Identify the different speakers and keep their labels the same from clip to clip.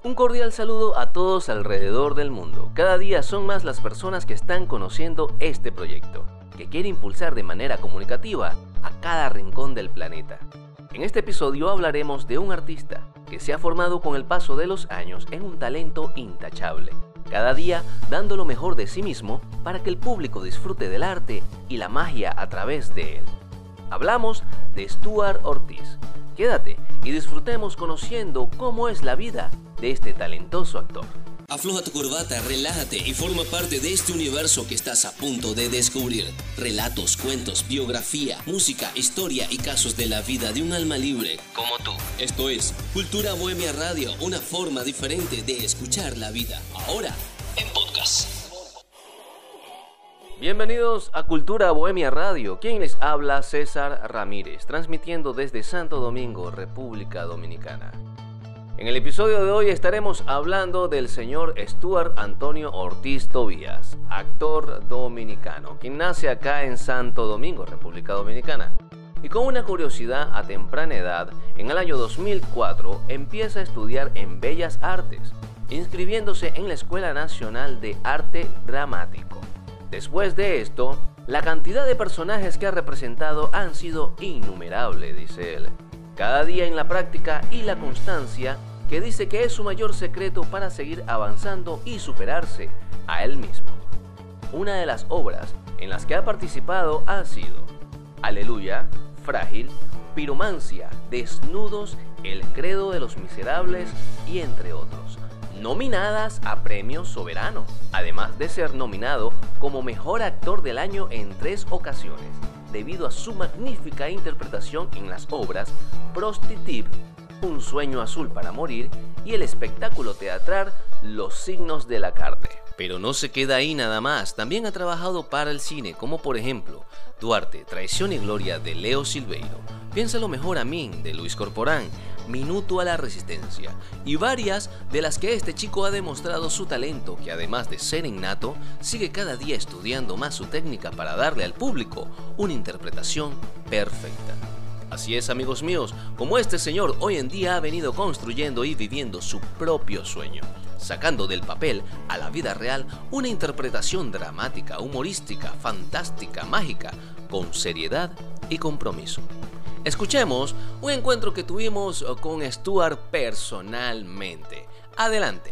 Speaker 1: Un cordial saludo a todos alrededor del mundo. Cada día son más las personas que están conociendo este proyecto, que quiere impulsar de manera comunicativa a cada rincón del planeta. En este episodio hablaremos de un artista que se ha formado con el paso de los años en un talento intachable, cada día dando lo mejor de sí mismo para que el público disfrute del arte y la magia a través de él. Hablamos de Stuart Ortiz. Quédate y disfrutemos conociendo cómo es la vida de este talentoso actor.
Speaker 2: Afloja tu corbata, relájate y forma parte de este universo que estás a punto de descubrir. Relatos, cuentos, biografía, música, historia y casos de la vida de un alma libre como tú. Esto es Cultura Bohemia Radio, una forma diferente de escuchar la vida. Ahora, en podcast.
Speaker 1: Bienvenidos a Cultura Bohemia Radio. Quien les habla, César Ramírez, transmitiendo desde Santo Domingo, República Dominicana. En el episodio de hoy estaremos hablando del señor Stuart Antonio Ortiz Tobías, actor dominicano, quien nace acá en Santo Domingo, República Dominicana. Y con una curiosidad a temprana edad, en el año 2004 empieza a estudiar en Bellas Artes, inscribiéndose en la Escuela Nacional de Arte Dramático. Después de esto, la cantidad de personajes que ha representado han sido innumerables, dice él. Cada día en la práctica y la constancia, que dice que es su mayor secreto para seguir avanzando y superarse a él mismo. Una de las obras en las que ha participado ha sido Aleluya, Frágil, Piromancia, Desnudos, El Credo de los Miserables y entre otros, nominadas a Premio Soberano, además de ser nominado como Mejor Actor del Año en 3 ocasiones, debido a su magnífica interpretación en las obras Prostitute, Un Sueño Azul para Morir y el espectáculo teatral Los Signos de la Carne. Pero no se queda ahí nada más, también ha trabajado para el cine, como por ejemplo Duarte, Traición y Gloria de Leo Silveiro, Piénsalo Mejor a mí de Luis Corporán, Minuto a la Resistencia y varias de las que este chico ha demostrado su talento, que además de ser innato, sigue cada día estudiando más su técnica para darle al público una interpretación perfecta. Así es, amigos míos, como este señor hoy en día ha venido construyendo y viviendo su propio sueño, sacando del papel a la vida real una interpretación dramática, humorística, fantástica, mágica, con seriedad y compromiso. Escuchemos un encuentro que tuvimos con Stuart personalmente. Adelante.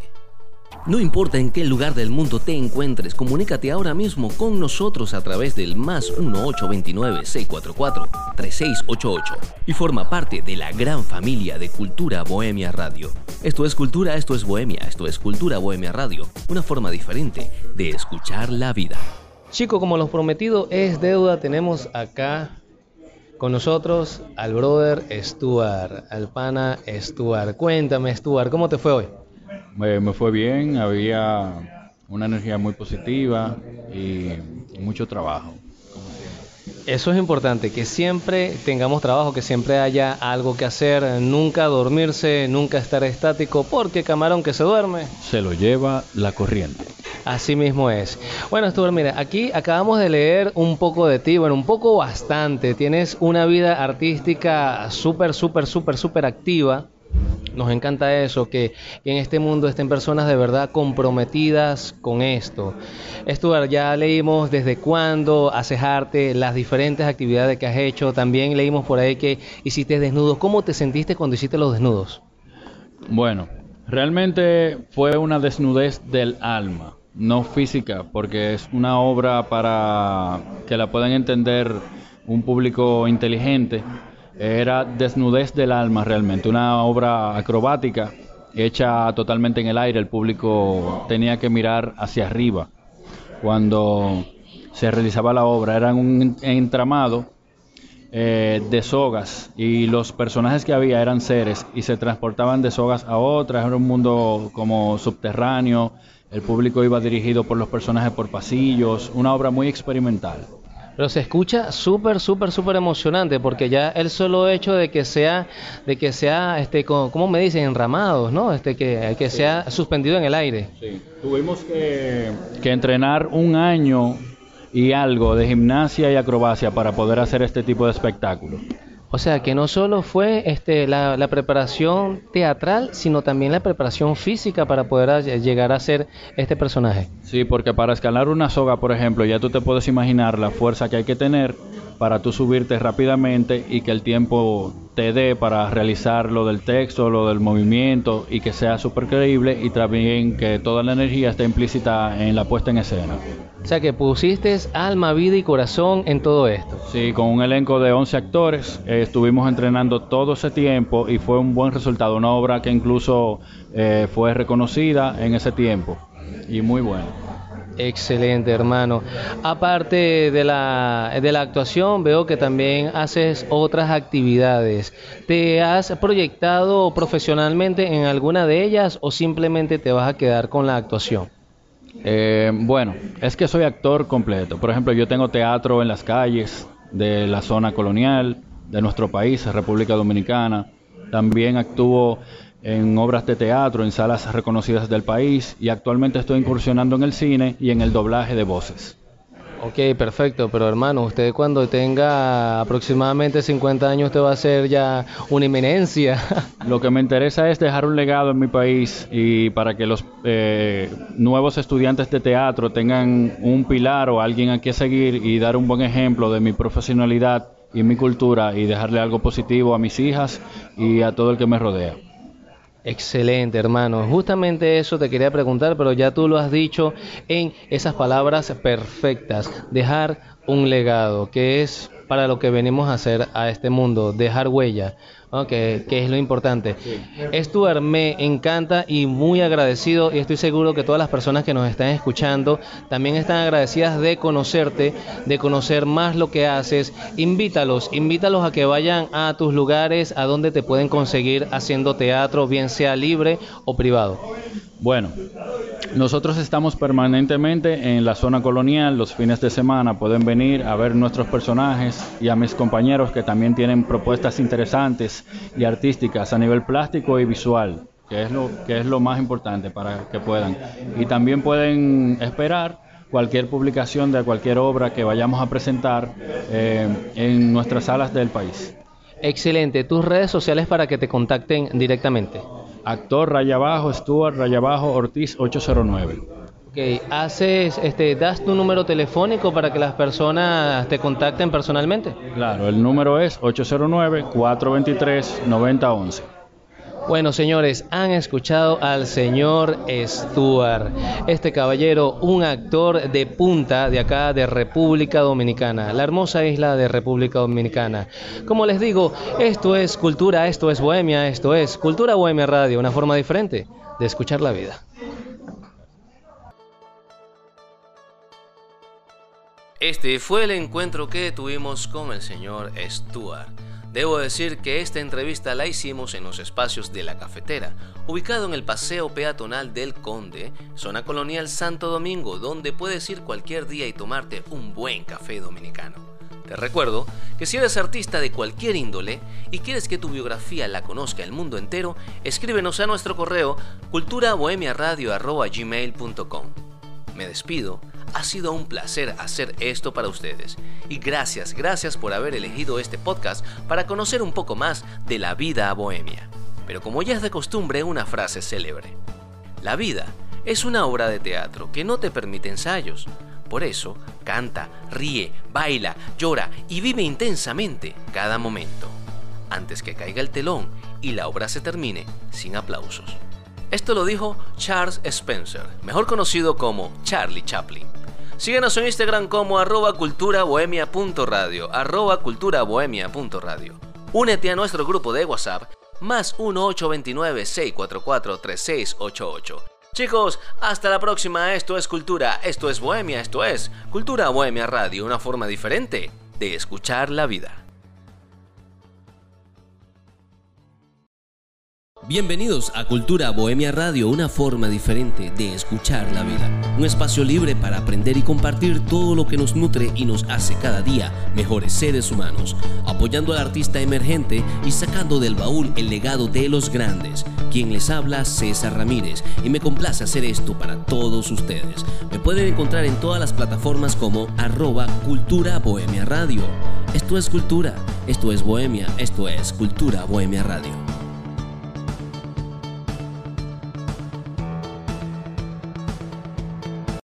Speaker 1: No importa en qué lugar del mundo te encuentres, comunícate ahora mismo con nosotros a través del +1 829 644 3688 y forma parte de la gran familia de Cultura Bohemia Radio. Esto es cultura, esto es bohemia, esto es Cultura Bohemia Radio, una forma diferente de escuchar la vida. Chicos, como los prometido es deuda, tenemos acá con nosotros al brother Stuart, al pana Stuart. Cuéntame, Stuart, ¿cómo te fue hoy?
Speaker 3: Me fue bien, había una energía muy positiva y mucho trabajo.
Speaker 1: Eso es importante, que siempre tengamos trabajo, que siempre haya algo que hacer, nunca dormirse, nunca estar estático, porque camarón que se duerme
Speaker 3: Se lo lleva la corriente.
Speaker 1: Así mismo es. Bueno, Stuart, mira, aquí acabamos de leer un poco de ti, bueno, un poco bastante. Tienes una vida artística súper activa. Nos encanta eso, que en este mundo estén personas de verdad comprometidas con esto. Stuart, ya leímos desde cuándo haces arte, las diferentes actividades que has hecho. También leímos por ahí que hiciste desnudos. ¿Cómo te sentiste cuando hiciste los desnudos?
Speaker 3: Bueno, realmente fue una desnudez del alma, no física, porque es una obra para que la puedan entender un público inteligente. Era desnudez del alma realmente, una obra acrobática hecha totalmente en el aire. El público tenía que mirar hacia arriba cuando se realizaba la obra. Era un entramado de sogas y los personajes que había eran seres y se transportaban de sogas a otras. Era un mundo como subterráneo. El público iba dirigido por los personajes por pasillos, una obra muy experimental.
Speaker 1: Pero se escucha súper emocionante, porque ya el solo hecho de que sea ¿cómo me dicen? Enramados, ¿no? Que sea suspendido en el aire.
Speaker 3: Sí. Tuvimos que entrenar 1 año y algo de gimnasia y acrobacia para poder hacer este tipo de espectáculo.
Speaker 4: O sea, que no solo fue la preparación teatral, sino también la preparación física para poder llegar a ser este personaje.
Speaker 3: Sí, porque para escalar una soga, por ejemplo, ya tú te puedes imaginar la fuerza que hay que tener para tú subirte rápidamente y que el tiempo te dé para realizar lo del texto, lo del movimiento y que sea súper creíble y también que toda la energía esté implícita en la puesta en escena.
Speaker 4: O sea, que pusiste alma, vida y corazón en todo esto.
Speaker 3: Sí, con un elenco de 11 actores, estuvimos entrenando todo ese tiempo y fue un buen resultado, una obra que incluso fue reconocida en ese tiempo y muy buena.
Speaker 4: Excelente, hermano. Aparte de la actuación, veo que también haces otras actividades. ¿Te has proyectado profesionalmente en alguna de ellas o simplemente te vas a quedar con la actuación?
Speaker 3: Bueno, es que soy actor completo. Por ejemplo, yo tengo teatro en las calles de la zona colonial de nuestro país, República Dominicana. También actúo en obras de teatro, en salas reconocidas del país, y actualmente estoy incursionando en el cine y en el doblaje de voces.
Speaker 4: Ok, perfecto, pero hermano, usted cuando tenga aproximadamente 50 años, usted va a ser ya una eminencia.
Speaker 3: Lo que me interesa es dejar un legado en mi país y para que los nuevos estudiantes de teatro tengan un pilar o alguien a quien seguir y dar un buen ejemplo de mi profesionalidad y mi cultura y dejarle algo positivo a mis hijas y a todo el que me rodea.
Speaker 4: Excelente, hermano. Justamente eso te quería preguntar, pero ya tú lo has dicho en esas palabras perfectas. Dejar un legado, que es para lo que venimos a hacer a este mundo, dejar huella, ¿no? Que es lo importante. Sí. Stuart, me encanta y muy agradecido, y estoy seguro que todas las personas que nos están escuchando también están agradecidas de conocerte, de conocer más lo que haces. Invítalos a que vayan a tus lugares, a donde te pueden conseguir haciendo teatro, bien sea libre o privado.
Speaker 3: Bueno, nosotros estamos permanentemente en la zona colonial. Los fines de semana pueden venir a ver nuestros personajes y a mis compañeros que también tienen propuestas interesantes y artísticas a nivel plástico y visual, que es lo más importante para que puedan. Y también pueden esperar cualquier publicación de cualquier obra que vayamos a presentar en nuestras salas del país.
Speaker 4: Excelente. ¿Tus redes sociales para que te contacten directamente?
Speaker 3: Actor _Stuart Ortiz 809.
Speaker 4: Ok, das tu número telefónico para que las personas te contacten personalmente.
Speaker 3: Claro, el número es 809-423-9011.
Speaker 4: Bueno, señores, han escuchado al señor Stuart, este caballero, un actor de punta de acá de República Dominicana, la hermosa isla de República Dominicana. Como les digo, esto es cultura, esto es bohemia, esto es Cultura Bohemia Radio, una forma diferente de escuchar la vida.
Speaker 1: Este fue el encuentro que tuvimos con el señor Stuart. Debo decir que esta entrevista la hicimos en los espacios de La Cafetera, ubicado en el Paseo Peatonal del Conde, zona colonial Santo Domingo, donde puedes ir cualquier día y tomarte un buen café dominicano. Te recuerdo que si eres artista de cualquier índole y quieres que tu biografía la conozca el mundo entero, escríbenos a nuestro correo culturabohemiaradio@gmail.com. Me despido. Ha sido un placer hacer esto para ustedes. Y gracias por haber elegido este podcast para conocer un poco más de la vida bohemia. Pero como ya es de costumbre, una frase célebre. La vida es una obra de teatro que no te permite ensayos. Por eso, canta, ríe, baila, llora y vive intensamente cada momento, antes que caiga el telón y la obra se termine sin aplausos. Esto lo dijo Charles Spencer, mejor conocido como Charlie Chaplin. Síguenos en Instagram como @culturabohemia.radio, @culturabohemia.radio. Únete a nuestro grupo de WhatsApp, más 1-829-644-3688. Chicos, hasta la próxima. Esto es Cultura, esto es Bohemia, esto es Cultura Bohemia Radio, una forma diferente de escuchar la vida.
Speaker 2: Bienvenidos a Cultura Bohemia Radio, una forma diferente de escuchar la vida. Un espacio libre para aprender y compartir todo lo que nos nutre y nos hace cada día mejores seres humanos, apoyando al artista emergente y sacando del baúl el legado de los grandes. Quien les habla, César Ramírez, y me complace hacer esto para todos ustedes. Me pueden encontrar en todas las plataformas como @Cultura Bohemia Radio. Esto es cultura, esto es bohemia, esto es Cultura Bohemia Radio.